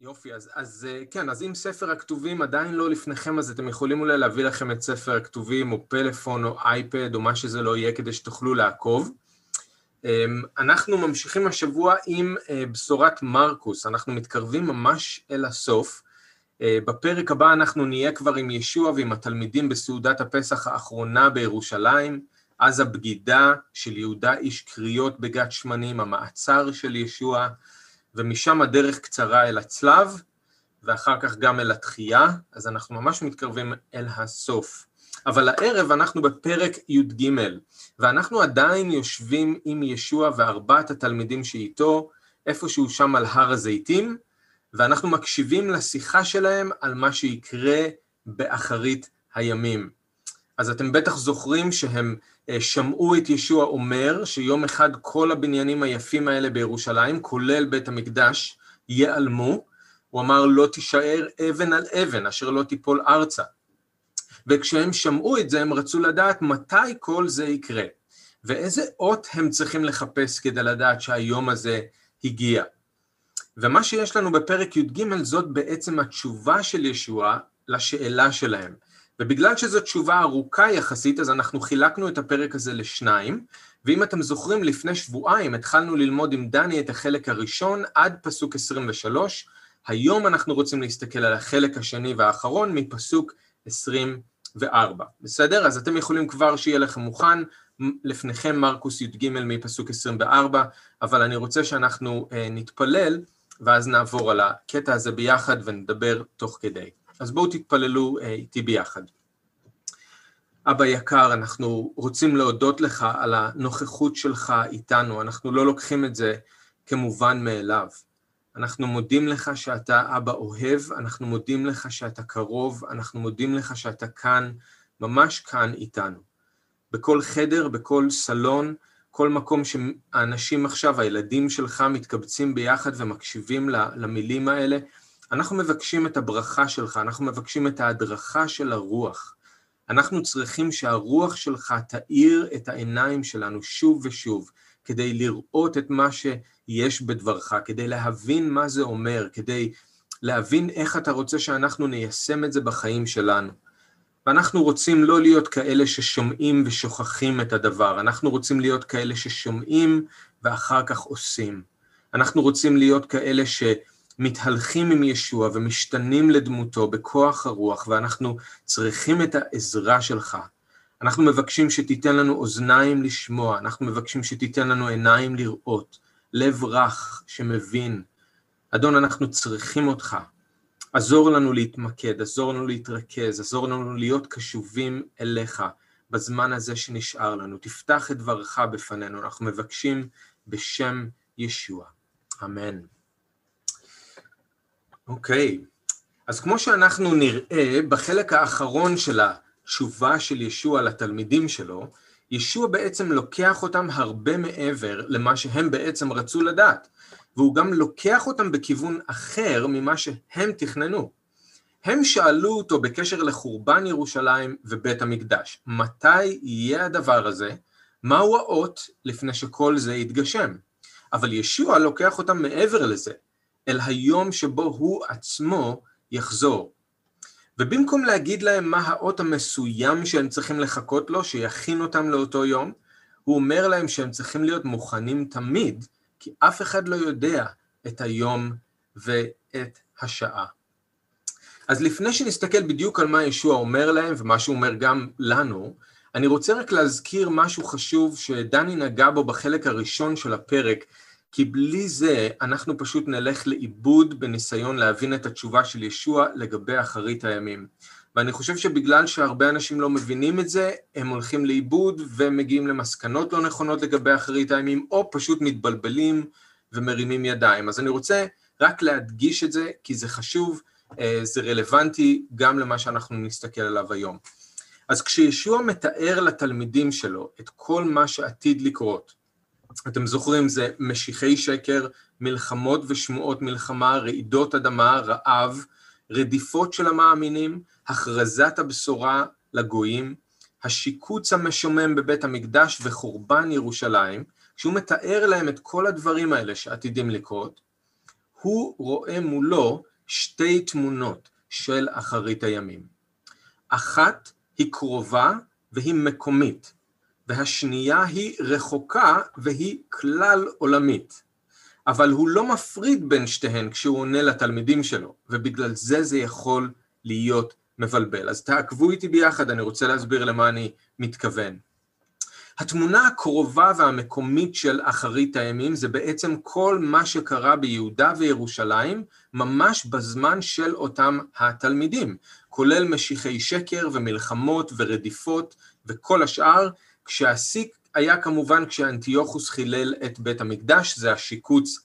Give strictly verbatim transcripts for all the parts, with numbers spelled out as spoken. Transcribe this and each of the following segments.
יופי, אז, אז כן, אז אם ספר הכתובים עדיין לא לפניכם, אז אתם יכולים אולי להביא לכם את ספר הכתובים, או פלאפון, או אייפד, או מה שזה לא יהיה, כדי שתוכלו לעקוב. אנחנו ממשיכים השבוע עם בשורת מרקוס, אנחנו מתקרבים ממש אל הסוף. בפרק הבא אנחנו נהיה כבר עם ישוע ועם התלמידים בסעודת הפסח האחרונה בירושלים, אז הבגידה של יהודה איש קריות בגת שמנים, המעצר של ישוע, ומשם הדרך קצרה אל הצלב, ואחר כך גם אל התחייה, אז אנחנו ממש מתקרבים אל הסוף. אבל הערב אנחנו בפרק י"ג, ואנחנו עדיין יושבים עם ישוע וארבעת התלמידים שאיתו, איפשהו שם על הר הזיתים, ואנחנו מקשיבים לשיחה שלהם על מה שיקרה באחרית הימים. אז אתם בטח זוכרים שהם שמעו את ישוע אומר שיום אחד כל הבניינים היפים האלה בירושלים, כולל בית המקדש, ייעלמו. הוא אמר לא תישאר אבן על אבן אשר לא תיפול ארצה. וכשהם שמעו את זה הם רצו לדעת מתי כל זה יקרה. ואיזה אות הם צריכים לחפש כדי לדעת שהיום הזה הגיע. ומה שיש לנו בפרק י"ג זאת בעצם התשובה של ישוע לשאלה שלהם. ובגלל שזו תשובה ארוכה יחסית, אז אנחנו חילקנו את הפרק הזה לשניים, ואם אתם זוכרים, לפני שבועיים התחלנו ללמוד עם דני את החלק הראשון עד פסוק עשרים ושלוש, היום אנחנו רוצים להסתכל על החלק השני והאחרון מפסוק עשרים וארבע. בסדר? אז אתם יכולים כבר שיהיה לכם מוכן, לפניכם מרקוס י"ג מפסוק עשרים וארבע, אבל אני רוצה שאנחנו אה, נתפלל, ואז נעבור על הקטע הזה ביחד ונדבר תוך כדי. אז בואו תתפללו אה, איתי ביחד. אבא יקר, אנחנו רוצים להודות לך על הנוכחות שלך איתנו, אנחנו לא לוקחים את זה כמובן מאליו. אנחנו מודים לך שאתה אבא אוהב, אנחנו מודים לך שאתה קרוב, אנחנו מודים לך שאתה כאן, ממש כאן איתנו. בכל חדר, בכל סלון, כל מקום שהאנשים עכשיו, הילדים שלך מתקבצים ביחד ומקשיבים למילים האלה, אנחנו מבקשים את הברכה שלך, אנחנו מבקשים את ההדרכה של הרוח. אנחנו צריכים שהרוח שלך תאיר את העיניים שלנו שוב ושוב, כדי לראות את מה שיש בדברך, כדי להבין מה זה אומר, כדי להבין איך אתה רוצה שאנחנו ניישם את זה בחיים שלנו. ואנחנו רוצים לא להיות כאלה ששומעים ושוכחים את הדבר, אנחנו רוצים להיות כאלה ששומעים ואחר כך עושים. אנחנו רוצים להיות כאלה שמתהלכים עם ישוע ומשתנים לדמותו בכוח הרוח, ואנחנו צריכים את העזרה שלך. אנחנו מבקשים שתיתן לנו אוזניים לשמוע, אנחנו מבקשים שתיתן לנו עיניים לראות, לב רך שמבין. אדון, אנחנו צריכים אותך. עזור לנו להתמקד, עזור לנו להתרכז, עזור לנו להיות קשובים אליך בזמן הזה שנשאר לנו. תפתח את דברך בפנינו, אנחנו מבקשים בשם ישוע. אמן. אוקיי, אז כמו שאנחנו נראה בחלק האחרון של התשובה של ישוע לתלמידים שלו, ישוע בעצם לוקח אותם הרבה מעבר למה שהם בעצם רצו לדעת. והוא גם לוקח אותם בכיוון אחר ממה שהם תכננו. הם שאלו אותו בקשר לחורבן ירושלים ובית המקדש. מתי יהיה הדבר הזה? מהו האות לפני שכל זה יתגשם? אבל ישוע לוקח אותם מעבר לזה, אל היום שבו הוא עצמו יחזור. ובמקום להגיד להם מה האות המסוים שהם צריכים לחכות לו, שיכין אותם לאותו יום, הוא אומר להם שהם צריכים להיות מוכנים תמיד, כי אף אחד לא יודע את היום ואת השעה. אז לפני שנסתכל בדיוק על מה ישוע אומר להם, ומה שהוא אומר גם לנו, אני רוצה רק להזכיר משהו חשוב שדני נגע בו בחלק הראשון של הפרק, כי בלי זה אנחנו פשוט נלך לאיבוד בניסיון להבין את התשובה של ישוע לגבי אחרית הימים. ואני חושב שבגלל שהרבה אנשים לא מבינים את זה, הם הולכים לאיבוד ומגיעים למסקנות לא נכונות לגבי אחרית הימים, או פשוט מתבלבלים ומרימים ידיים. אז אני רוצה רק להדגיש את זה, כי זה חשוב, זה רלוונטי גם למה שאנחנו נסתכל עליו היום. אז כשישוע מתאר לתלמידים שלו את כל מה שעתיד לקרות, אתם זוכרים, זה משיחי שקר, מלחמות ושמועות מלחמה, רעידות אדמה, רעב, רדיפות של המאמינים, הכרזת הבשורה לגויים, השיקוץ המשומם בבית המקדש וחורבן ירושלים, כשהוא מתאר להם את כל הדברים האלה שעתידים לקרות, הוא רואה מולו שתי תמונות של אחרית הימים. אחת היא קרובה והיא מקומית, והשנייה היא רחוקה והיא כלל עולמית. אבל הוא לא מפריד בין שתיהן כשהוא עונה לתלמידים שלו, ובגלל זה זה יכול להיות מבלבל. אז תעקבו איתי ביחד, אני רוצה להסביר למה אני מתכוון. התמונה הקרובה והמקומית של אחרית הימים זה בעצם כל מה שקרה ביהודה וירושלים, ממש בזמן של אותם התלמידים, כולל משיחי שקר ומלחמות ורדיפות וכל השאר, כשהסיק היה כמובן כשאנטיוכוס חילל את בית המקדש, זה השיקוץ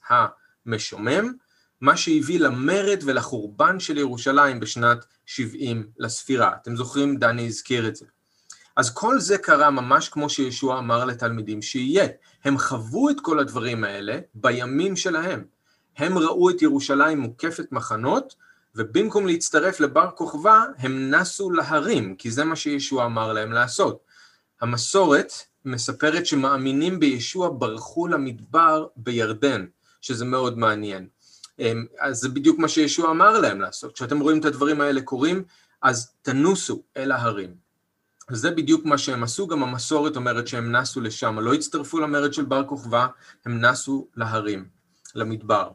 המשומם, מה שהביא למרד ולחורבן של ירושלים בשנת שבעים לספירה. אתם זוכרים, דני הזכיר את זה. אז כל זה קרה ממש כמו שישוע אמר לתלמידים שיהיה. הם חוו את כל הדברים האלה בימים שלהם. הם ראו את ירושלים מוקפת מחנות, ובמקום להצטרף לבר כוכבא, הם נסו להרים, כי זה מה שישוע אמר להם לעשות. המסורת מספרת שמאמינים בישוע ברחו למדבר בירדן, שזה מאוד מעניין. אז זה בדיוק מה שישוע אמר להם לעשות. כשאתם רואים את הדברים האלה קורים, אז תנוסו אל ההרים. וזה בדיוק מה שהם עשו, גם המסורת אומרת שהם נסו לשם, לא הצטרפו למרד של בר כוכבא, הם נסו להרים, למדבר.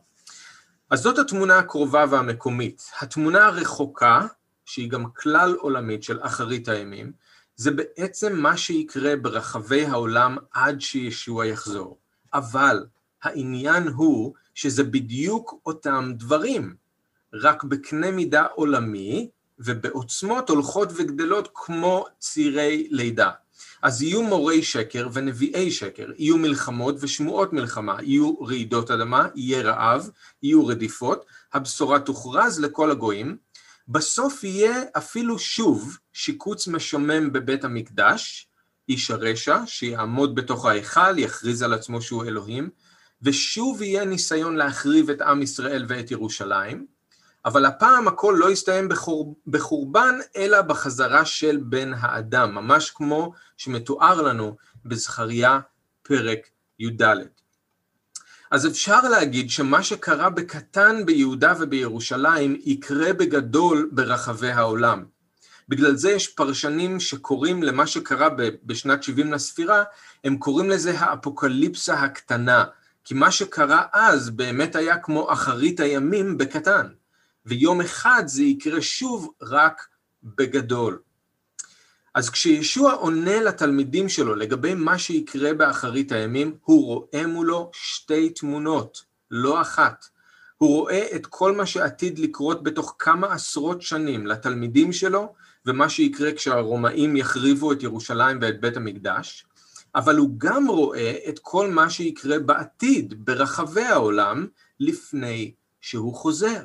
אז זאת התמונה הקרובה והמקומית. התמונה הרחוקה, שהיא גם כלל עולמית של אחרית הימים, זה בעצם מה שיקרה ברחבי העולם עד שישוע יחזור. אבל העניין הוא שזה בדיוק אותם דברים, רק בקנה מידה עולמי, ובעוצמות הולכות וגדלות כמו צירי לידה. אז יהיו מורי שקר ונביאי שקר, יהיו מלחמות ושמועות מלחמה, יהיו רעידות אדמה, יהיה רעב, יהיו רדיפות, הבשורה תוכרז לכל הגויים, בסוף יהיה אפילו שוב שיקוץ משומם בבית המקדש, איש הרשע שיעמוד בתוך ההיכל, יכריז על עצמו שהוא אלוהים, ושוב יהיה ניסיון להחריב את עם ישראל ואת ירושלים, אבל הפעם הכל לא יסתיים בחור, בחורבן, אלא בחזרה של בן האדם, ממש כמו שמתואר לנו בזכריה פרק י"ד. אז אפשר להגיד שמה שקרה בקטן ביהודה ובירושלים יקרה בגדול ברחבי העולם. בגלל זה יש פרשנים שקוראים למה שקרה בשנת שבעים לספירה, הם קוראים לזה האפוקליפסה הקטנה, כי מה שקרה אז באמת היה כמו אחרית הימים בקטן. ויום אחד זה יקרה שוב רק בגדול. אז כשישוע עונה לתלמידים שלו לגבי מה שיקרה באחרית הימים, הוא רואה מולו שתי תמונות, לא אחת. הוא רואה את כל מה שעתיד לקרות בתוך כמה עשרות שנים לתלמידים שלו, ומה שיקרה כשהרומאים יחריבו את ירושלים ואת בית המקדש, אבל הוא גם רואה את כל מה שיקרה בעתיד ברחבי העולם לפני שהוא חוזר.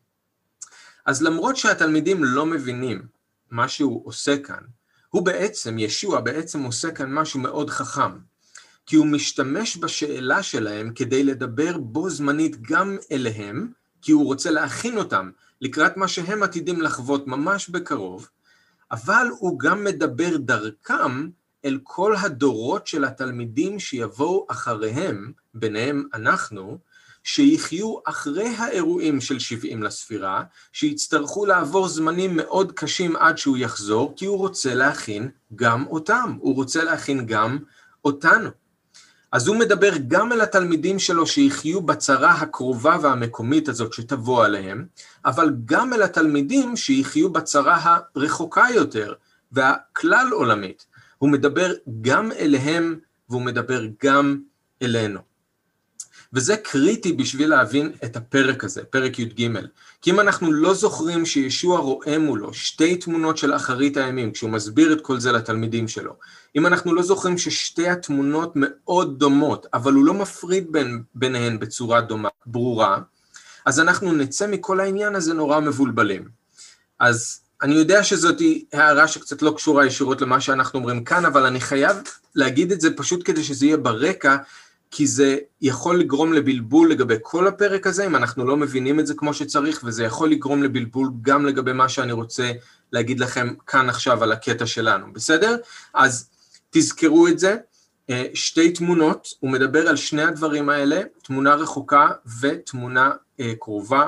אז למרות שהתלמידים לא מבינים מה שהוא עושה כאן, הוא בעצם, ישוע בעצם עושה כאן משהו מאוד חכם, כי הוא משתמש בשאלה שלהם כדי לדבר בו זמנית גם אליהם, כי הוא רוצה להכין אותם לקראת מה שהם עתידים לחוות ממש בקרוב, אבל הוא גם מדבר דרכם אל כל הדורות של התלמידים שיבואו אחריהם, ביניהם אנחנו, שיחיו אחרי האירועים של שבעים לספירה, שיצטרכו לעבור זמנים מאוד קשים עד שהוא יחזור, כי הוא רוצה להכין גם אותם, הוא רוצה להכין גם אותנו. אז הוא מדבר גם אל התלמידים שלו שיחיו בצרה הקרובה והמקומית הזאת שתבוא עליהם, אבל גם אל התלמידים שיחיו בצרה הרחוקה יותר והכלל עולמית. הוא מדבר גם אליהם והוא מדבר גם אלינו. וזה קריטי בשביל להבין את הפרק הזה, פרק י"ג. כי אם אנחנו לא זוכרים שישוע רואה מולו שתי תמונות של אחרית הימים, כשהוא מסביר את כל זה לתלמידים שלו, אם אנחנו לא זוכרים ששתי התמונות מאוד דומות, אבל הוא לא מפריד בין, ביניהן בצורה דומה, ברורה, אז אנחנו נצא מכל העניין הזה נורא מבולבלים. אז אני יודע שזאת הערה שקצת לא קשורה ישירות למה שאנחנו אומרים כאן, אבל אני חייב להגיד את זה פשוט כדי שזה יהיה ברקע, כי זה יכול לגרום לבלבול לגבי כל הפרק הזה, אם אנחנו לא מבינים את זה כמו שצריך, וזה יכול לגרום לבלבול גם לגבי מה שאני רוצה להגיד לכם כאן עכשיו על הקטע שלנו, בסדר? אז תזכרו את זה, שתי תמונות, הוא מדבר על שני הדברים האלה, תמונה רחוקה ותמונה קרובה,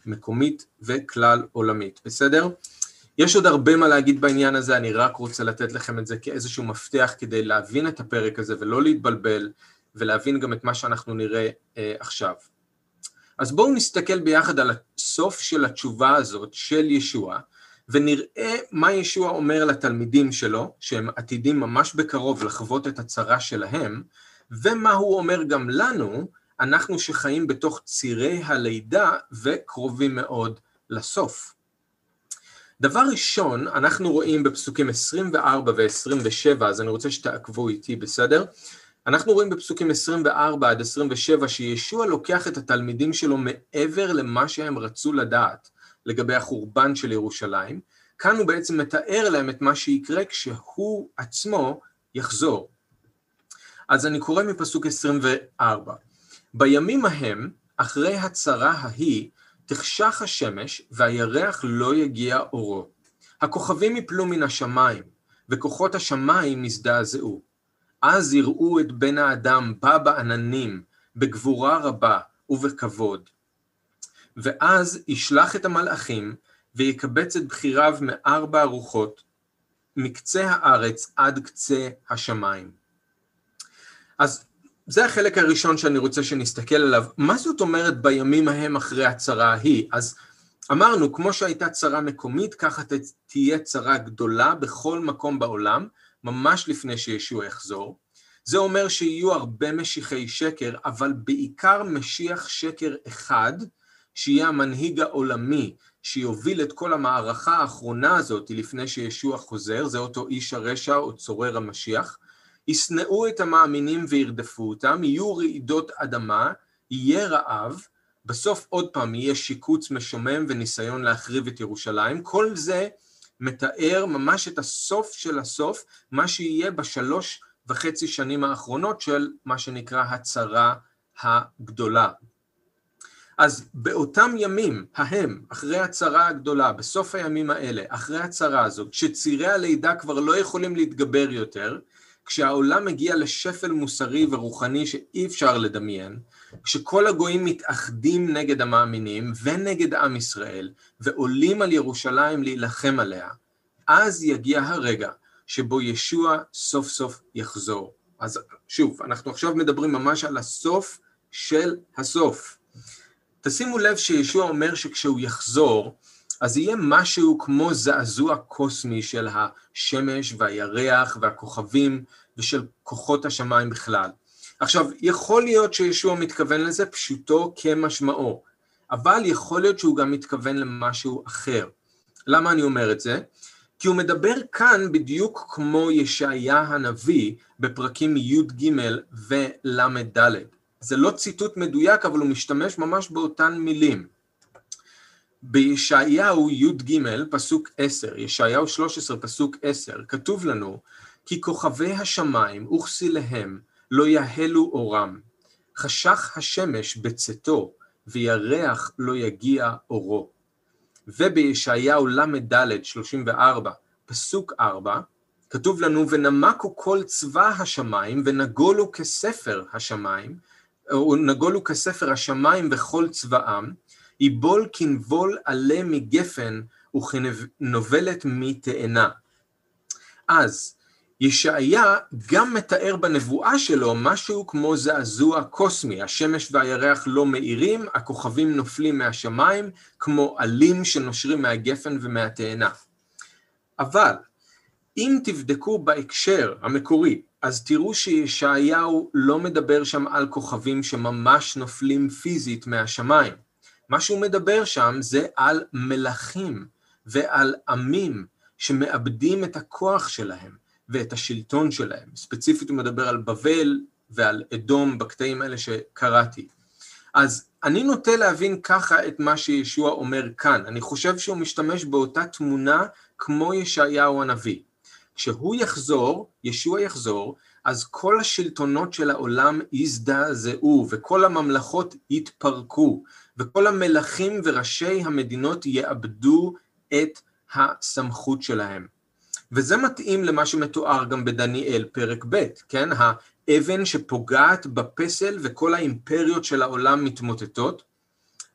מקומית וכלל עולמית, בסדר? יש עוד הרבה מה להגיד בעניין הזה, אני רק רוצה לתת לכם את זה כאיזשהו מפתח כדי להבין את הפרק הזה ולא להתבלבל, ולהבין גם את מה שאנחנו נראה אה, עכשיו. אז בואו נסתכל ביחד על הסוף של התשובה הזאת של ישוע, ונראה מה ישוע אומר לתלמידים שלו, שהם עתידים ממש בקרוב לחוות את הצרה שלהם, ומה הוא אומר גם לנו, אנחנו שחיים בתוך צירי הלידה וקרובים מאוד לסוף. דבר ראשון, אנחנו רואים בפסוקים עשרים וארבע ו-עשרים ושבע, אז אני רוצה שתעקבו איתי, בסדר? אנחנו רואים בפסוקים עשרים וארבע עד עשרים ושבע שישוע לוקח את התלמידים שלו מעבר למה שהם רצו לדעת לגבי החורבן של ירושלים. כאן הוא בעצם מתאר להם את מה שיקרה כשהוא עצמו יחזור. אז אני קורא מפסוק עשרים וארבע. בימים ההם, אחרי הצרה ההיא, תחשך השמש והירח לא יגיע אורו. הכוכבים יפלו מן השמיים, וכוחות השמיים יזדעזעו. אז יראו את בן האדם בא בעננים, בגבורה רבה ובכבוד. ואז ישלח את המלאכים, ויקבץ את בחיריו מארבע רוחות, מקצה הארץ עד קצה השמיים. אז זה החלק הראשון שאני רוצה שנסתכל עליו. מה זאת אומרת בימים ההם אחרי הצרה ההיא? אז אמרנו, כמו שהייתה צרה מקומית, ככה תהיה צרה גדולה בכל מקום בעולם, ממש לפני שישוע יחזור. זה אומר שיהיו הרבה משיחי שקר, אבל בעיקר משיח שקר אחד, שיהיה המנהיג העולמי, שיוביל את כל המערכה האחרונה הזאת לפני שישוע חוזר, זה אותו איש הרשע או צורר המשיח, ישנאו את המאמינים וירדפו אותם, יהיו רעידות אדמה, יהיה רעב, בסוף עוד פעם יהיה שיקוץ משומם וניסיון להחריב את ירושלים, כל זה מתאר ממש את הסוף של הסוף, מה שיהיה בשלוש וחצי שנים האחרונות של מה שנקרא הצרה הגדולה. אז באותם ימים, ההם, אחרי הצרה הגדולה, בסוף הימים האלה, אחרי הצרה הזאת, כשצירי הלידה כבר לא יכולים להתגבר יותר, כשהעולם מגיע לשפל מוסרי ורוחני שאי אפשר לדמיין, כשכל הגויים מתאחדים נגד המאמינים ונגד עם ישראל, ועולים על ירושלים להילחם עליה, אז יגיע הרגע שבו ישוע סוף סוף יחזור. אז שוב, אנחנו עכשיו מדברים ממש על הסוף של הסוף. תשימו לב שישוע אומר שכשהוא יחזור, אז יהיה משהו כמו זעזוע קוסמי של השמש והירח והכוכבים ושל כוחות השמיים בכלל. עכשיו, יכול להיות שישוע מתכוון לזה פשוטו כמשמעו, אבל יכול להיות שהוא גם מתכוון למשהו אחר. למה אני אומר את זה? כי הוא מדבר כאן בדיוק כמו ישעיה הנביא בפרקים י' ג' ול' ד'. זה לא ציטוט מדויק, אבל הוא משתמש ממש באותן מילים. בישעיהו י' ג' פסוק עשר, ישעיהו שלוש עשרה פסוק עשר, כתוב לנו, כי כוכבי השמיים וכסיליהם לא יהלו אורם, חשך השמש בצאתו, וירח לא יגיע אורו. ובישעיהו ל' ד' שלושים וארבע פסוק ארבע, כתוב לנו, ונמקו כל צבא השמיים, ונגולו כספר השמיים, או נגולו כספר השמיים וכל צבאם, יבול כנבול עלה מגפן וכנובלת מתאנה. אז ישעיה גם מתאר בנבואה שלו משהו כמו זעזוע קוסמי, השמש והירח לא מאירים, הכוכבים נופלים מהשמיים, כמו עלים שנושרים מהגפן ומהתאנה. אבל אם תבדקו בהקשר המקורי, אז תראו שישעיהו לא מדבר שם על כוכבים שממש נופלים פיזית מהשמיים. מה שהוא מדבר שם זה על מלכים ועל עמים שמאבדים את הכוח שלהם ואת השלטון שלהם. ספציפית הוא מדבר על בבל ועל אדום בקטעים האלה שקראתי. אז אני נוטה להבין ככה את מה שישוע אומר כאן. אני חושב שהוא משתמש באותה תמונה כמו ישעיהו הנביא. כשהוא יחזור, ישוע יחזור, אז כל השלטונות של העולם יזדעזעו, וכל הממלכות יתפרקו, וכל המלכים וראשי המדינות יאבדו את הסמכות שלהם. וזה מתאים למה שמתואר גם בדניאל פרק ב', כן? האבן שפוגעת בפסל וכל האימפריות של העולם מתמוטטות.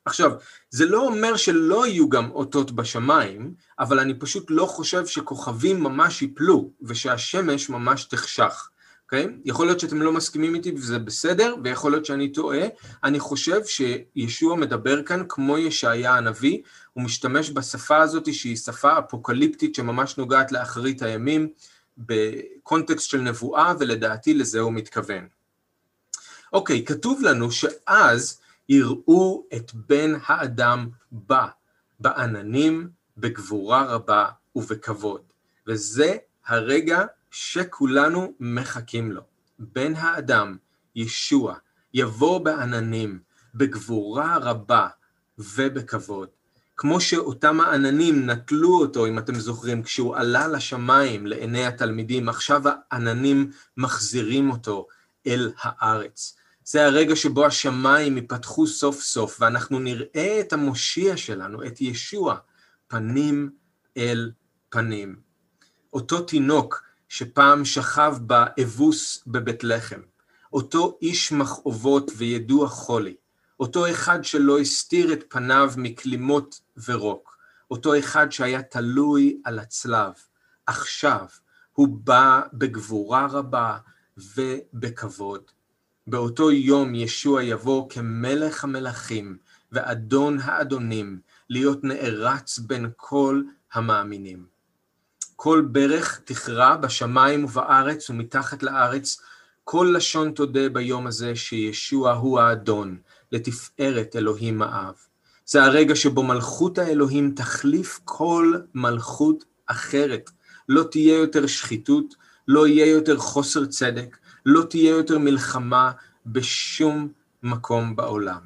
עכשיו, זה לא אומר שלא יהיו גם אותות בשמיים, אבל אני פשוט לא חושב שכוכבים ממש ייפלו, ושהשמש ממש תחשך. Okay? יכול להיות שאתם לא מסכימים איתי וזה בסדר, ויכול להיות שאני טועה. אני חושב שישוע מדבר כאן כמו ישעיה הנביא, הוא משתמש בשפה הזאת שהיא שפה אפוקליפטית שממש נוגעת לאחרית הימים, בקונטקסט של נבואה, ולדעתי לזה הוא מתכוון. אוקיי, okay, כתוב לנו שאז יראו את בן האדם בא, בעננים, בגבורה רבה ובכבוד. וזה הרגע שכולנו מחכים לו. בן האדם, ישוע, יבוא בעננים, בגבורה רבה ובכבוד. כמו שאותם העננים נטלו אותו, אם אתם זוכרים, כשהוא עלה לשמיים לעיני התלמידים, עכשיו העננים מחזירים אותו אל הארץ. זה הרגע שבו השמיים ייפתחו סוף סוף, ואנחנו נראה את המושיע שלנו, את ישוע, פנים אל פנים. אותו תינוק שפעם שכב באבוס בבית לחם, אותו איש מכאובות וידוע חולי, אותו אחד שלא הסתיר את פניו מכלימות ורוק, אותו אחד שהיה תלוי על הצלב, עכשיו הוא בא בגבורה רבה ובכבוד. באותו יום ישוע יבוא כמלך המלכים ואדון האדונים, להיות נערץ בין כל המאמינים. כל ברך תכרע בשמיים ובארץ ומתחת לארץ, כל לשון תודה ביום הזה שישוע הוא האדון, לתפארת אלוהים האב. זה הרגע שבו מלכות האלוהים תחליף כל מלכות אחרת. לא תהיה יותר שחיתות, לא יהיה יותר חוסר צדק, לא תהיה יותר מלחמה בשום מקום בעולם.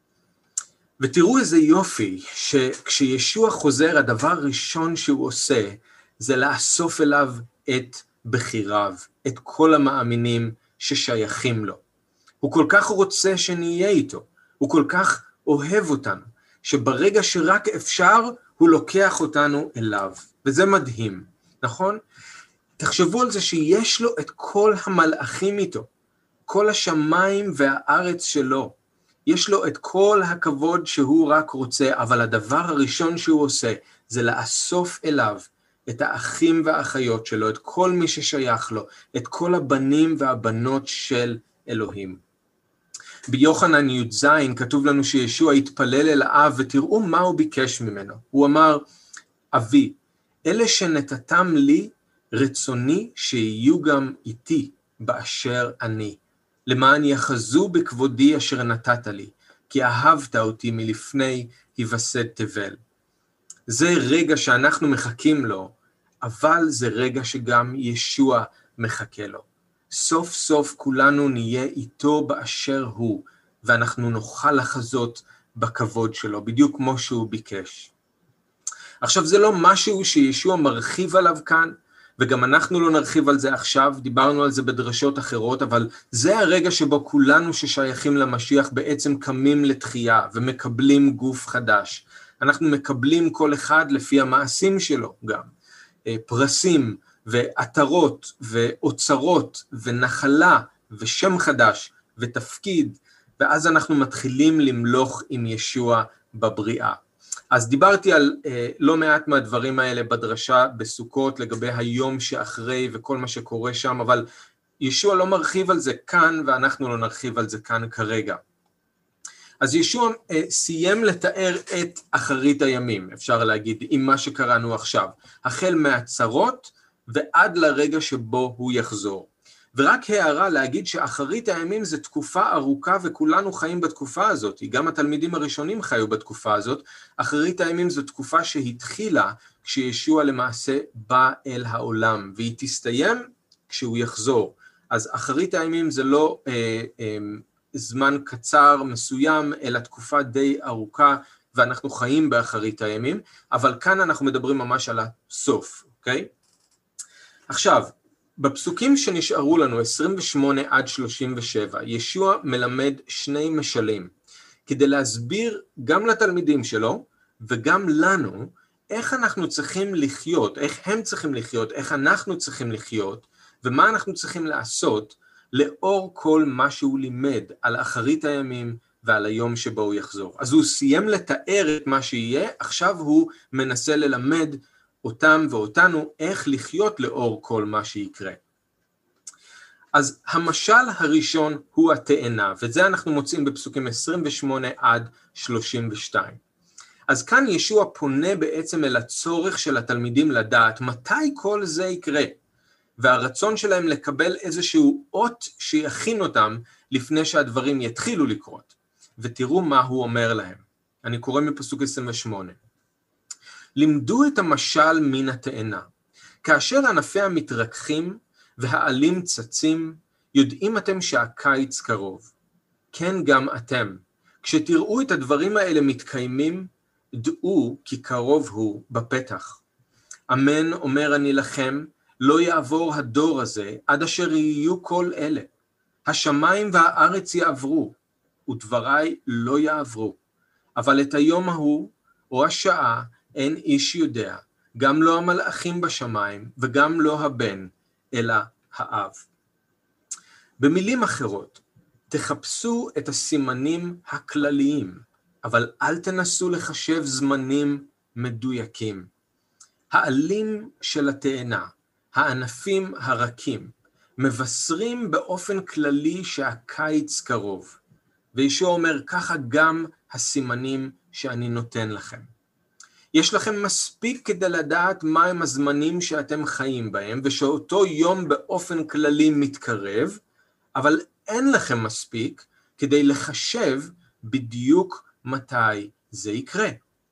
ותראו איזה יופי, שכשישוע חוזר, הדבר הראשון שהוא עושה, זה לאסוף אליו את בחיריו, את כל המאמינים ששייכים לו. הוא כל כך רוצה שנהיה איתו, הוא כל כך אוהב אותנו, שברגע שרק אפשר, הוא לוקח אותנו אליו. וזה מדהים, נכון? תחשבו על זה שיש לו את כל המלאכים איתו, כל השמיים והארץ שלו. יש לו את כל הכבוד שהוא רק רוצה, אבל הדבר הראשון שהוא עושה, זה לאסוף אליו את האחים והאחיות שלו, את כל מי ששייך לו, את כל הבנים והבנות של אלוהים. ביוחנן י"ז כתוב לנו שישוע התפלל אל האב, ותראו מה הוא ביקש ממנו. הוא אמר, אבי, אלה שנתתם לי, רצוני שיהיו גם איתי באשר אני, למען יחזו בכבודי אשר נתת לי, כי אהבת אותי מלפני היווסד תבל. זה רגע שאנחנו מחכים לו, אבל זה רגע שגם ישוע מחכה לו. סוף סוף כולנו נהיה איתו באשר הוא, ואנחנו נוכל לחזות בכבוד שלו, בדיוק כמו שהוא ביקש. עכשיו זה לא משהו שישוע מרחיב עליו כאן, וגם אנחנו לא נרחיב על זה עכשיו, דיברנו על זה בדרשות אחרות, אבל זה הרגע שבו כולנו ששייכים למשיח בעצם קמים לתחייה, ומקבלים גוף חדש. אנחנו מקבלים כל אחד לפי המעשים שלו גם. פרסים ועטרות ואוצרות ונחלה ושם חדש ותפקיד, ואז אנחנו מתחילים למלוך עם ישוע בבריאה. אז דיברתי על אה, לא מעט מהדברים האלה בדרשה בסוכות לגבי היום שאחרי וכל מה שקורה שם, אבל ישוע לא מרחיב על זה כאן ואנחנו לא נרחיב על זה כאן כרגע. אז ישוע אה, סיים לתאר את אחרית הימים, אפשר להגיד, עם מה שקראנו עכשיו, החל מהצרות ועד לרגע שבו הוא יחזור. ורק הערה להגיד שאחרית הימים זה תקופה ארוכה וכולנו חיים בתקופה הזאת, גם התלמידים הראשונים חיו בתקופה הזאת, אחרית הימים זו תקופה שהתחילה כשישוע למעשה בא אל העולם, והיא תסתיים כשהוא יחזור. אז אחרית הימים זה לא אה, אה, זמן קצר מסוים, אלא תקופה די ארוכה, ואנחנו חיים באחרית הימים, אבל כאן אנחנו מדברים ממש על הסוף, אוקיי? עכשיו, בפסוקים שנשארו לנו, עשרים ושמונה עד שלושים ושבע, ישוע מלמד שני משלים, כדי להסביר גם לתלמידים שלו, וגם לנו, איך אנחנו צריכים לחיות, איך הם צריכים לחיות, איך אנחנו צריכים לחיות, ומה אנחנו צריכים לעשות, לאור כל מה שהוא לימד על אחרית הימים ועל היום שבו הוא יחזור. אז הוא סיים לתאר את מה שיהיה, עכשיו הוא מנסה ללמד אותם ואותנו איך לחיות לאור כל מה שיקרה. אז המשל הראשון הוא התאנה, וזה אנחנו מוצאים בפסוקים עשרים ושמונה עד שלושים ושתיים. אז כאן ישוע פונה בעצם אל הצורך של התלמידים לדעת מתי כל זה יקרה, והרצון שלהם לקבל איזשהו אות שיכין אותם לפני שהדברים יתחילו לקרות. ותראו מה הוא אומר להם. אני קורא מפסוק עשרים ושמונה. לימדו את המשל מן התאנה. כאשר ענפיה מתרככים והעלים צצים, יודעים אתם שהקיץ קרוב. כן גם אתם. כשתראו את הדברים האלה מתקיימים, דעו כי קרוב הוא בפתח. אמן אומר אני לכם, לא יעבור הדור הזה עד אשר יהיו כל אלה. השמיים והארץ יעברו, ודבריי לא יעברו. אבל את היום ההוא, או השעה, אין איש יודע, גם לא המלאכים בשמיים, וגם לא הבן, אלא האב. במילים אחרות, תחפשו את הסימנים הכלליים, אבל אל תנסו לחשב זמנים מדויקים. העלים של התאנה, הענפים הרכים, מבשרים באופן כללי שהקיץ קרוב. וישוע אומר, ככה גם הסימנים שאני נותן לכם. יש לכם מספיק כדי לדעת מהם הזמנים שאתם חיים בהם, ושאותו יום באופן כללי מתקרב, אבל אין לכם מספיק כדי לחשב בדיוק מתי זה יקרה.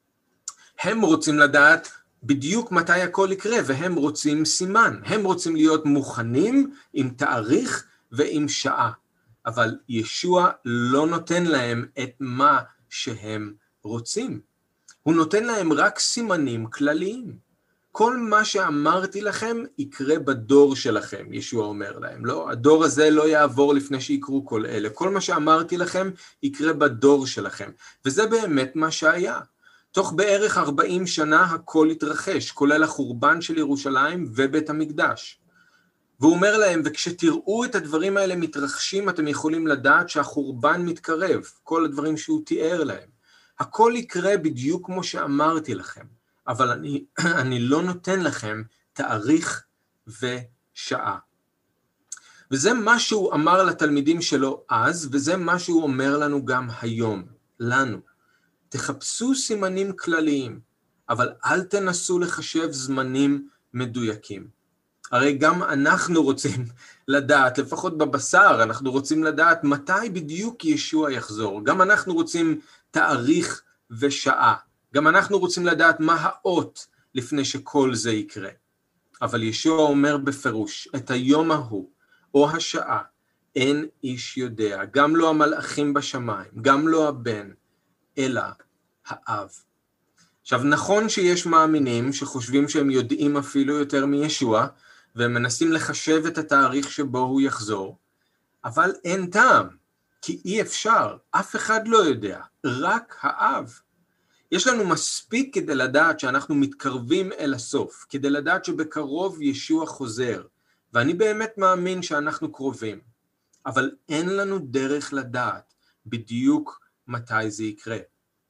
הם רוצים לדעת בדיוק מתי הכל יקרה, והם רוצים סימן. הם רוצים להיות מוכנים עם תאריך ועם שעה. אבל ישוע לא נותן להם את מה שהם רוצים. הוא נותן להם רק סימנים כלליים. כל מה שאמרתי לכם יקרה בדור שלכם, ישוע אומר להם. לא, הדור הזה לא יעבור לפני שיקרו כל אלה. כל מה שאמרתי לכם יקרה בדור שלכם. וזה באמת מה שהיה. תוך בערך ארבעים שנה הכל התרחש, כולל החורבן של ירושלים ובית המקדש. והוא אומר להם, וכשתראו את הדברים האלה מתרחשים, אתם יכולים לדעת שהחורבן מתקרב, כל הדברים שהוא תיאר להם. הכל יקרה בדיוק כמו שאמרתי לכם, אבל אני, אני לא נותן לכם תאריך ושעה. וזה מה שהוא אמר לתלמידים שלו אז, וזה מה שהוא אומר לנו גם היום, לנו. תחפשו סימנים כלליים, אבל אל תנסו לחשב זמנים מדויקים. הרי גם אנחנו רוצים לדעת, לפחות בבשר, אנחנו רוצים לדעת מתי בדיוק ישוע יחזור. גם אנחנו רוצים תאריך ושעה. גם אנחנו רוצים לדעת מה האות לפני שכל זה יקרה. אבל ישוע אומר בפירוש, את היום ההוא או השעה אין איש יודע, גם לא המלאכים בשמיים, גם לא הבן, אלא האב. עכשיו נכון שיש מאמינים שחושבים שהם יודעים אפילו יותר מישוע, והם מנסים לחשב את התאריך שבו הוא יחזור, אבל אין טעם, כי אי אפשר, אף אחד לא יודע, רק האב. יש לנו מספיק כדי לדעת שאנחנו מתקרבים אל הסוף, כדי לדעת שבקרוב ישוע חוזר, ואני באמת מאמין שאנחנו קרובים, אבל אין לנו דרך לדעת בדיוק מתי זה יקרה.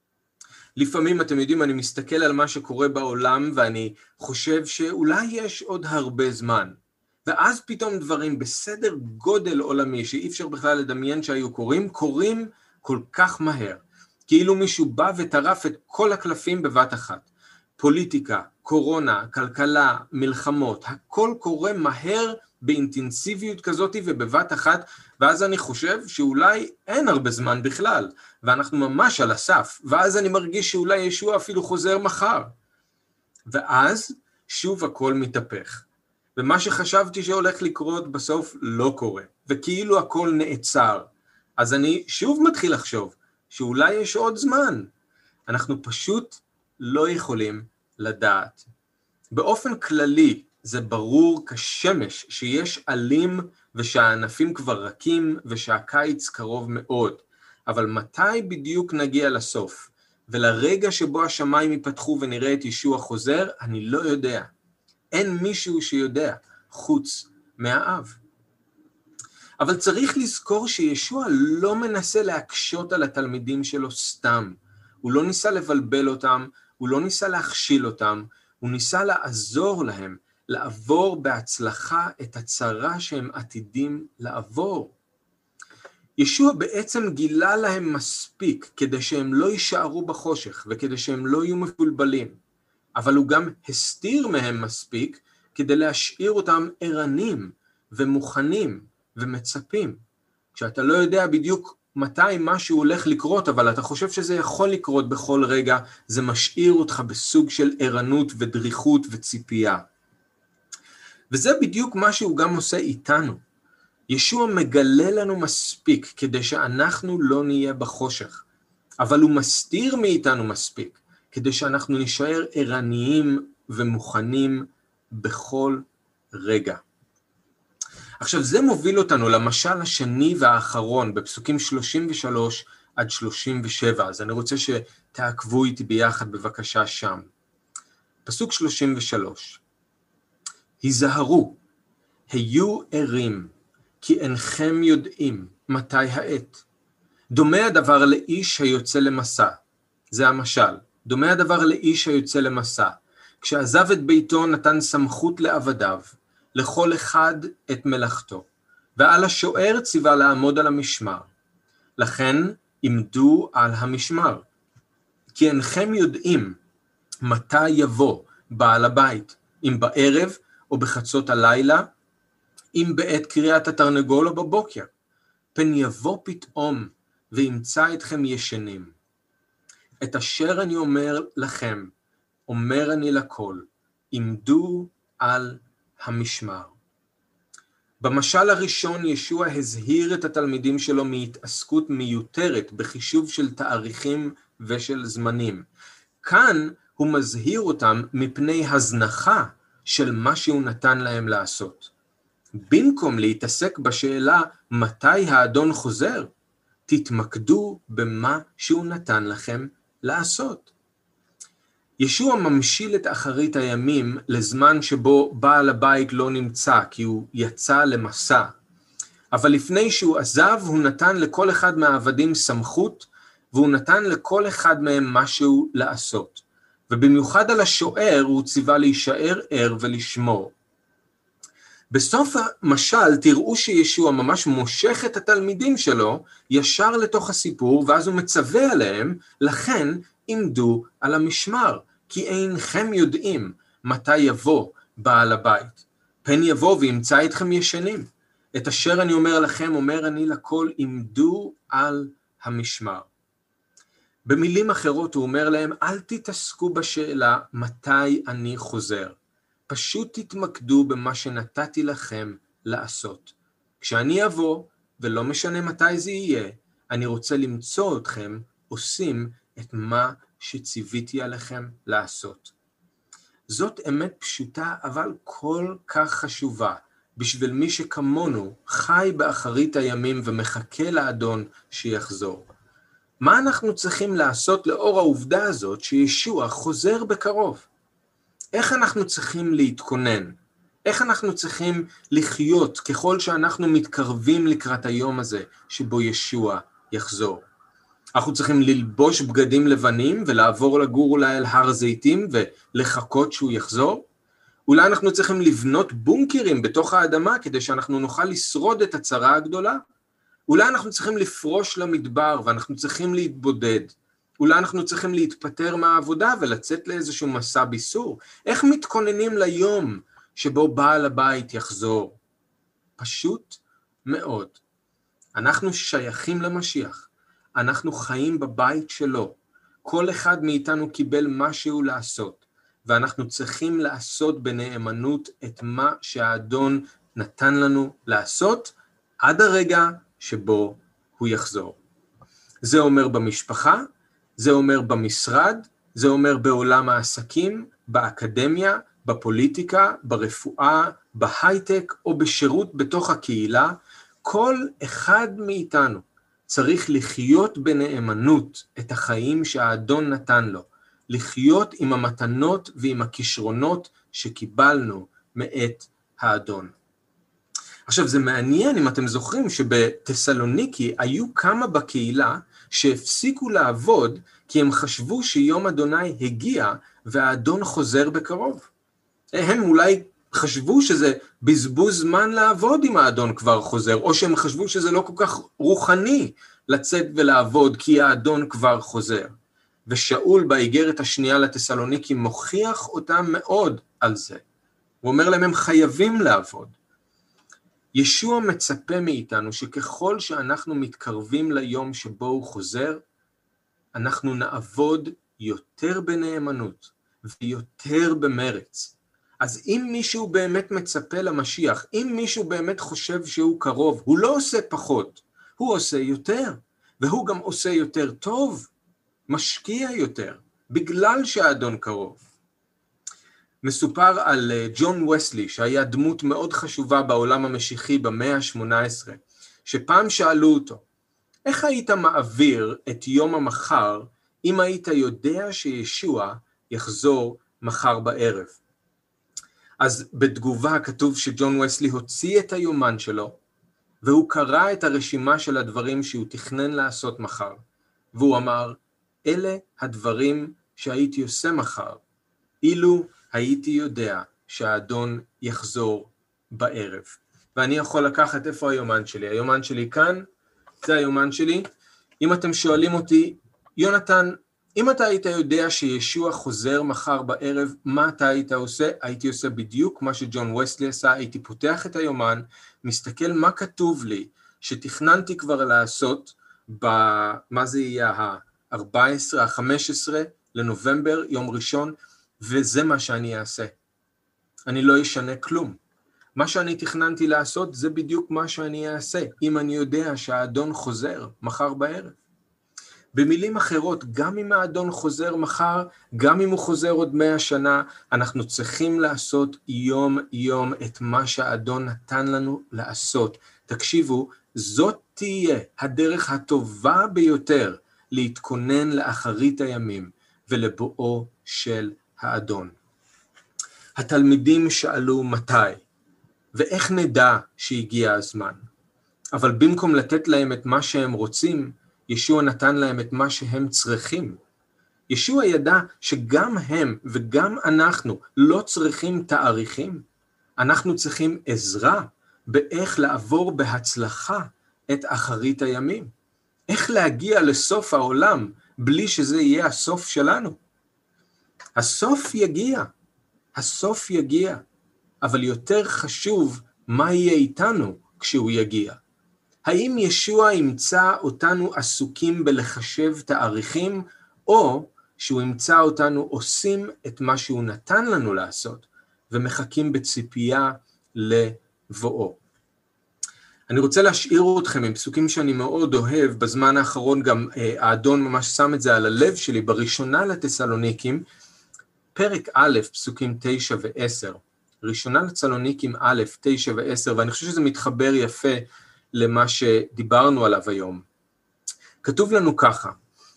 לפעמים אתם יודעים, אני מסתכל על מה שקורה בעולם ואני חושב שאולי יש עוד הרבה זמן. ואז פתאום דברים בסדר גודל עולמי שאי אפשר בכלל לדמיין שהיו קורים, קורים כל כך מהר. כאילו מישהו בא וטרף את כל הקלפים בבת אחת. פוליטיקה, קורונה, כלכלה, מלחמות, הכל קורה מהר באינטנסיביות כזאת ובבת אחת, ואז אני חושב שאולי אין הרבה זמן בכלל, ואנחנו ממש על הסף, ואז אני מרגיש שאולי ישוע אפילו חוזר מחר. ואז שוב הכל מתהפך, ומה שחשבתי שהולך לקרות בסוף לא קורה, וכאילו הכל נעצר. אז אני שוב מתחיל לחשוב שאולי יש עוד זמן. אנחנו פשוט לא יכולים לדעת. באופן כללי, זה ברור כשמש שיש עלים ושהענפים כבר רכים ושהקיץ קרוב מאוד. אבל מתי בדיוק נגיע לסוף? ולרגע שבו השמיים ייפתחו ונראה את ישוע חוזר, אני לא יודע. אין מישהו שיודע חוץ מהאב. אבל צריך לזכור שישוע לא מנסה להקשות על התלמידים שלו סתם. הוא לא ניסה לבלבל אותם, הוא לא ניסה להכשיל אותם, הוא ניסה לעזור להם, לעבור בהצלחה את הצרה שהם עתידים לעבור. ישוע בעצם גילה להם מספיק כדי שהם לא יישארו בחושך וכדי שהם לא יהיו מבולבלים, אבל הוא גם הסתיר מהם מספיק כדי להשאיר אותם ערנים ומוכנים ומצפים. כשאתה לא יודע בדיוק מתי משהו הולך לקרות, אבל אתה חושב שזה יכול לקרות בכל רגע, זה משאיר אותך בסוג של ערנות ודריכות וציפייה. וזה בדיוק מה שהוא גם עושה איתנו. ישוע מגלה לנו מספיק כדי שאנחנו לא נהיה בחושך, אבל הוא מסתיר מאיתנו מספיק כדי שאנחנו נשאר ערניים ומוכנים בכל רגע. עכשיו זה מוביל אותנו למשל השני והאחרון בפסוקים שלושים ושלוש עד שלושים ושבע, אז אני רוצה שתעקבו איתי ביחד בבקשה שם. פסוק שלושים ושלוש, היזהרו, היו ערים, כי אינכם יודעים מתי העת. דומה הדבר לאיש היוצא למסע, זה המשל, דומה הדבר לאיש היוצא למסע, כשעזב את ביתו נתן סמכות לעבדיו, לכל אחד את מלאכתו, ועל השוער ציווה לעמוד על המשמר. לכן עמדו על המשמר, כי אינכם יודעים מתי יבוא בעל הבית, אם בערב או בחצות הלילה, אם בעת קריאת התרנגול או בבוקר, פן יבוא פתאום וימצא אתכם ישנים. את אשר אני אומר לכם, אומר אני לכל, עמדו על המשמר. במשל הראשון ישוע הזהיר את התלמידים שלו מהתעסקות מיותרת בחישוב של תאריכים ושל זמנים. כאן הוא מזהיר אותם מפני הזנחה של מה שהוא נתן להם לעשות. במקום להתעסק בשאלה מתי האדון חוזר, תתמקדו במה שהוא נתן לכם לעשות. ישוע ממשיל את אחרית הימים לזמן שבו בעל הבית לא נמצא, כי הוא יצא למסע. אבל לפני שהוא עזב, הוא נתן לכל אחד מהעבדים סמכות, והוא נתן לכל אחד מהם משהו לעשות. ובמיוחד על השוער הוא ציווה להישאר ער ולשמור. בסוף המשל תראו שישוע ממש מושך את התלמידים שלו ישר לתוך הסיפור, ואז הוא מצווה עליהם, לכן עמדו על המשמר, כי אינכם יודעים מתי יבוא בעל הבית. פן יבוא וימצא אתכם ישנים. את אשר אני אומר לכם, אומר אני לכל, עמדו על המשמר. במילים אחרות הוא אומר להם, אל תתעסקו בשאלה מתי אני חוזר. פשוט תתמקדו במה שנתתי לכם לעשות. כשאני אבוא, ולא משנה מתי זה יהיה, אני רוצה למצוא אתכם עושים את מה שציוויתי עליכם לעשות. זאת אמת פשוטה, אבל כל כך חשובה, בשביל מי שכמונו חי באחרית הימים ומחכה לאדון שיחזור. מה אנחנו צריכים לעשות לאור העובדה הזאת שישוע חוזר בקרוב? איך אנחנו צריכים להתכונן? איך אנחנו צריכים לחיות ככל שאנחנו מתקרבים לקראת היום הזה שבו ישוע יחזור? אנחנו צריכים ללבוש בגדים לבנים ולעבור לגור אולי אל הר זיתים ולחכות שהוא יחזור? אולי אנחנו צריכים לבנות בונקרים בתוך האדמה כדי שאנחנו נוכל לשרוד את הצרה הגדולה? אולי אנחנו צריכים לפרוש למדבר ואנחנו צריכים להתבודד? אולי אנחנו צריכים להתפטר מהעבודה ולצאת לאיזשהו מסע ביסור? איך מתכוננים ליום שבו בעל הבית יחזור? פשוט מאוד. אנחנו שייכים למשיח. אנחנו חיים בבית שלו. כל אחד מאיתנו קיבל משהו לעשות, ואנחנו צריכים לעשות בנאמנות את מה שהאדון נתן לנו לעשות עד הרגע שבו הוא יחזור. זה אומר במשפחה, זה אומר במשרד, זה אומר בעולם העסקים, באקדמיה, בפוליטיקה, ברפואה, בהייטק או בשירות בתוך הקהילה. כל אחד מאיתנו צריך לחיות בנאמנות את החיים שהאדון נתן לו, לחיות עם המתנות ועם הכישרונות שקיבלנו מאת האדון. עכשיו זה מעניין אם אתם זוכרים שבתסלוניקי היו כמה בקהילה שהפסיקו לעבוד כי הם חשבו שיום אדוני הגיע והאדון חוזר בקרוב. הם אולי חשבו שזה בזבוז זמן לעבוד אם האדון כבר חוזר, או שהם חשבו שזה לא כל כך רוחני לצאת ולעבוד כי האדון כבר חוזר. ושאול באיגרת השנייה לתסלוניקי מוכיח אותם מאוד על זה. הוא אומר להם הם חייבים לעבוד. ישוע מצפה מאיתנו שככל שאנחנו מתקרבים ליום שבו הוא חוזר, אנחנו נעבוד יותר בנאמנות ויותר במרץ. אז אם מישהו באמת מצפה למשיח, אם מישהו באמת חושב שהוא קרוב, הוא לא עושה פחות, הוא עושה יותר, והוא גם עושה יותר טוב, משקיע יותר, בגלל שהאדון קרוב. מסופר על ג'ון וסלי, שהיה דמות מאוד חשובה בעולם המשיחי במאה ה-שמונה עשרה, שפעם שאלו אותו, איך היית מעביר את יום המחר, אם היית יודע שישוע יחזור מחר בערב? אז בתגובה כתוב שג'ון וסלי הוציא את היומן שלו, והוא קרא את הרשימה של הדברים שהוא תכנן לעשות מחר, והוא אמר, אלה הדברים שהייתי עושה מחר, אילו הייתי יודע שהאדון יחזור בערב. ואני יכול לקחת איפה היומן שלי? היומן שלי כאן, זה היומן שלי. אם אתם שואלים אותי, יונתן, אם אתה היית יודע שישוע חוזר מחר בערב, מה אתה היית עושה? הייתי עושה בדיוק מה שג'ון וסלי עשה, הייתי פותח את היומן, מסתכל מה כתוב לי, שתכננתי כבר לעשות, במה זה יהיה ה-ארבע עשרה, ה-חמש עשרה לנובמבר, יום ראשון, וזה מה שאני אעשה. אני לא אשנה כלום. מה שאני תכננתי לעשות, זה בדיוק מה שאני אעשה, אם אני יודע שהאדון חוזר מחר בערב. במילים אחרות, גם אם האדון חוזר מחר, גם אם הוא חוזר עוד מאה שנה, אנחנו צריכים לעשות יום יום את מה שהאדון נתן לנו לעשות. תקשיבו, זאת תהיה הדרך הטובה ביותר להתכונן לאחרית הימים ולבואו של האדון. התלמידים שאלו מתי, ואיך נדע שהגיע הזמן. אבל במקום לתת להם את מה שהם רוצים, ישוע נתן להם את מה שהם צריכים. ישוע ידע שגם הם וגם אנחנו לא צריכים תאריכים. אנחנו צריכים עזרה באיך לעבור בהצלחה את אחרית הימים. איך להגיע לסוף העולם בלי שזה יהיה הסוף שלנו. הסוף יגיע, הסוף יגיע, אבל יותר חשוב מה יהיה איתנו כשהוא יגיע. האם ישוע ימצא אותנו עסוקים בלחשב תאריכים, או שהוא ימצא אותנו עושים את מה שהוא נתן לנו לעשות, ומחכים בציפייה לבואו. אני רוצה להשאיר אתכם עם פסוקים שאני מאוד אוהב, בזמן האחרון גם האדון ממש שם את זה על הלב שלי, בראשונה לתסלוניקים, פרק א', פסוקים תשע ועשר, ראשונה לתסלוניקים א', תשע ועשר, ואני חושב שזה מתחבר יפה למה שדיברנו עליו היום. כתוב לנו ככה,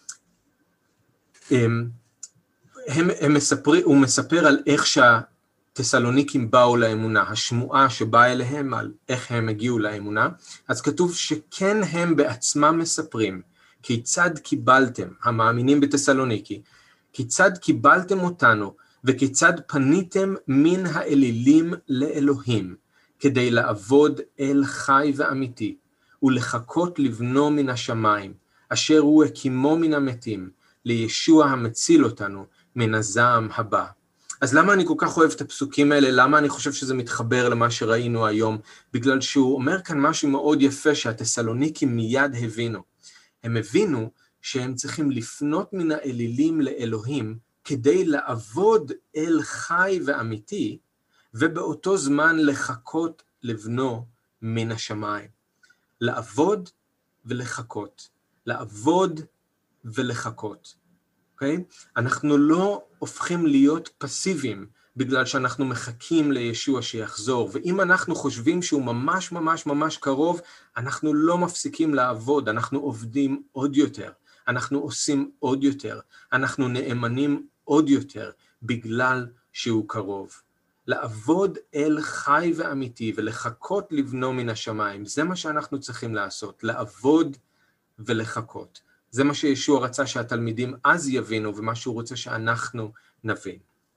הם, הם, הם מספר, הוא מספר על איך שהתסלוניקים באו לאמונה, השמועה שבאה אליהם על איך הם הגיעו לאמונה, אז כתוב שכן הם בעצמם מספרים, כיצד קיבלתם, המאמינים בתסלוניקי, כיצד קיבלתם אותנו, וכיצד פניתם מן האלילים לאלוהים, כדי לעבוד אל חי ואמיתי, ולחכות לבנו מן השמיים, אשר הוא הקימו מן המתים, לישוע המציל אותנו מן הזעם הבא. אז למה אני כל כך אוהב את הפסוקים האלה? למה אני חושב שזה מתחבר למה שראינו היום? בגלל שהוא אומר כאן משהו מאוד יפה שהתסלוניקים מיד הבינו. הם הבינו שהם צריכים לפנות מן האלילים לאלוהים, כדי לעבוד אל חי ואמיתי, ובאותו זמן לחכות לבנו מן השמיים. לעבוד ולחכות. לעבוד ולחכות. אוקיי? אנחנו לא הופכים להיות פסיביים, בגלל שאנחנו מחכים לישוע שיחזור, ואם אנחנו חושבים שהוא ממש ממש ממש קרוב, אנחנו לא מפסיקים לעבוד, אנחנו עובדים עוד יותר, אנחנו עושים עוד יותר, אנחנו נאמנים עוד יותר, בגלל שהוא קרוב. לעבוד אל חי ואמיתי ולחכות לבנו מן השמיים. זה מה שאנחנו צריכים לעשות, לעבוד ולחכות. זה מה שישוע רצה שהתלמידים אז יבינו, ומה שהוא רוצה שאנחנו נבין.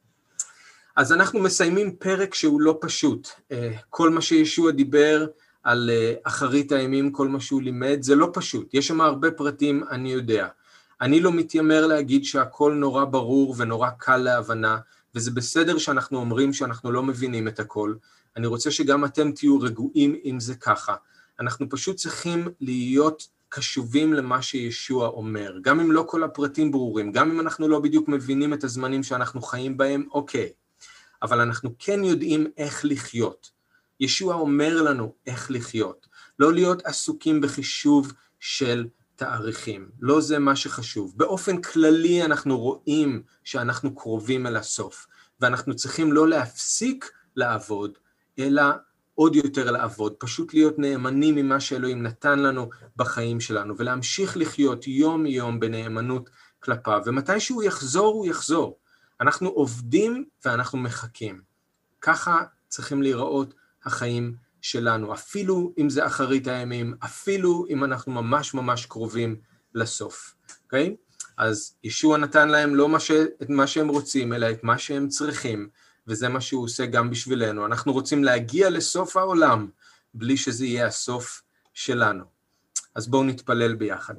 אז אנחנו מסיימים פרק שהוא לא פשוט. כל מה שישוע דיבר על אחרית הימים, כל מה שהוא לימד, זה לא פשוט. יש שם הרבה פרטים, אני יודע. אני לא מתיימר להגיד שהכל נורא ברור ונורא קל להבנה, וזה בסדר שאנחנו אומרים שאנחנו לא מבינים את הכל. אני רוצה שגם אתם תהיו רגועים אם זה ככה. אנחנו פשוט צריכים להיות קשובים למה שישוע אומר. גם אם לא כל הפרטים ברורים, גם אם אנחנו לא בדיוק מבינים את הזמנים שאנחנו חיים בהם, אוקיי. אבל אנחנו כן יודעים איך לחיות. ישוע אומר לנו איך לחיות. לא להיות עסוקים בחישוב של תאריכים. לא זה מה שחשוב. באופן כללי אנחנו רואים שאנחנו קרובים אל הסוף. ואנחנו צריכים לא להפסיק לעבוד, אלא עוד יותר לעבוד. פשוט להיות נאמנים ממה שאלוהים נתן לנו בחיים שלנו. ולהמשיך לחיות יום יום בנאמנות כלפיו. ומתי שהוא יחזור, הוא יחזור. אנחנו עובדים ואנחנו מחכים. ככה צריכים להיראות החיים שלנו, אפילו אם זה אחרית הימים, אפילו אם אנחנו ממש ממש קרובים לסוף. אוקיי? אז ישוע נתן להם לא מה ש... את מה שהם רוצים, אלא את מה שהם צריכים, וזה מה שהוא עושה גם בשבילנו. אנחנו רוצים להגיע לסוף העולם, בלי שזה יהיה הסוף שלנו. אז בואו נתפלל ביחד.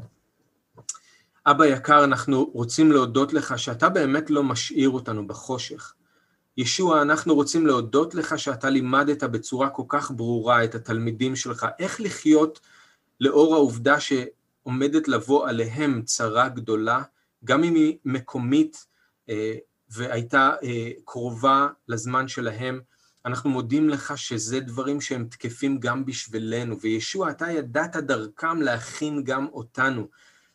אבא יקר, אנחנו רוצים להודות לך שאתה באמת לא משאיר אותנו בחושך. ישוע, אנחנו רוצים להודות לך שאתה לימדת בצורה כל כך ברורה את התלמידים שלך, איך לחיות לאור העובדה שעומדת לבוא עליהם צרה גדולה, גם אם היא מקומית אה, והייתה אה, קרובה לזמן שלהם. אנחנו מודים לך שזה דברים שהם תקפים גם בשבילנו, וישוע, אתה ידעת דרכם להכין גם אותנו.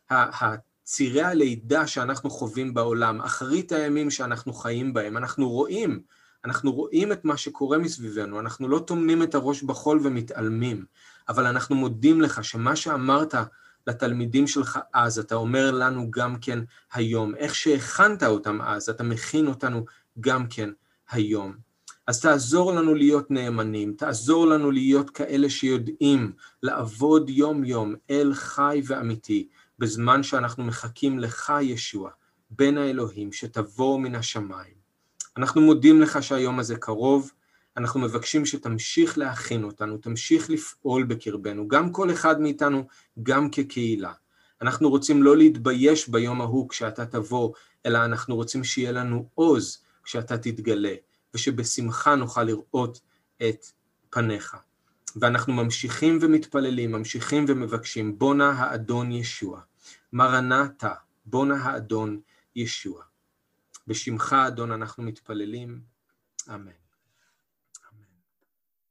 צירי הלידה שאנחנו חווים בעולם, אחרית הימים שאנחנו חיים בהם, אנחנו רואים, אנחנו רואים את מה שקורה מסביבנו, אנחנו לא תומנים את הראש בחול ומתעלמים, אבל אנחנו מודים לך שמה שאמרת לתלמידים שלך אז, אתה אומר לנו גם כן היום, איך שהכנת אותם אז, אתה מכין אותנו גם כן היום. אז תעזור לנו להיות נאמנים, תעזור לנו להיות כאלה שיודעים לעבוד יום יום אל חי ואמיתי, בזמן שאנחנו מחכים לך ישוע, בן האלוהים, שתבוא מן השמיים. אנחנו מודים לך שהיום הזה קרוב, אנחנו מבקשים שתמשיך להכין אותנו, תמשיך לפעול בקרבנו, גם כל אחד מאיתנו, גם כקהילה. אנחנו רוצים לא להתבייש ביום ההוא כשאתה תבוא, אלא אנחנו רוצים שיהיה לנו עוז כשאתה תתגלה, ושבשמחה נוכל לראות את פניך. ואנחנו ממשיכים ומתפללים, ממשיכים ומבקשים, בוא נא האדון ישוע. מרנתה, בוא נא האדון ישוע. בשמך אדון אנחנו מתפללים, אמן.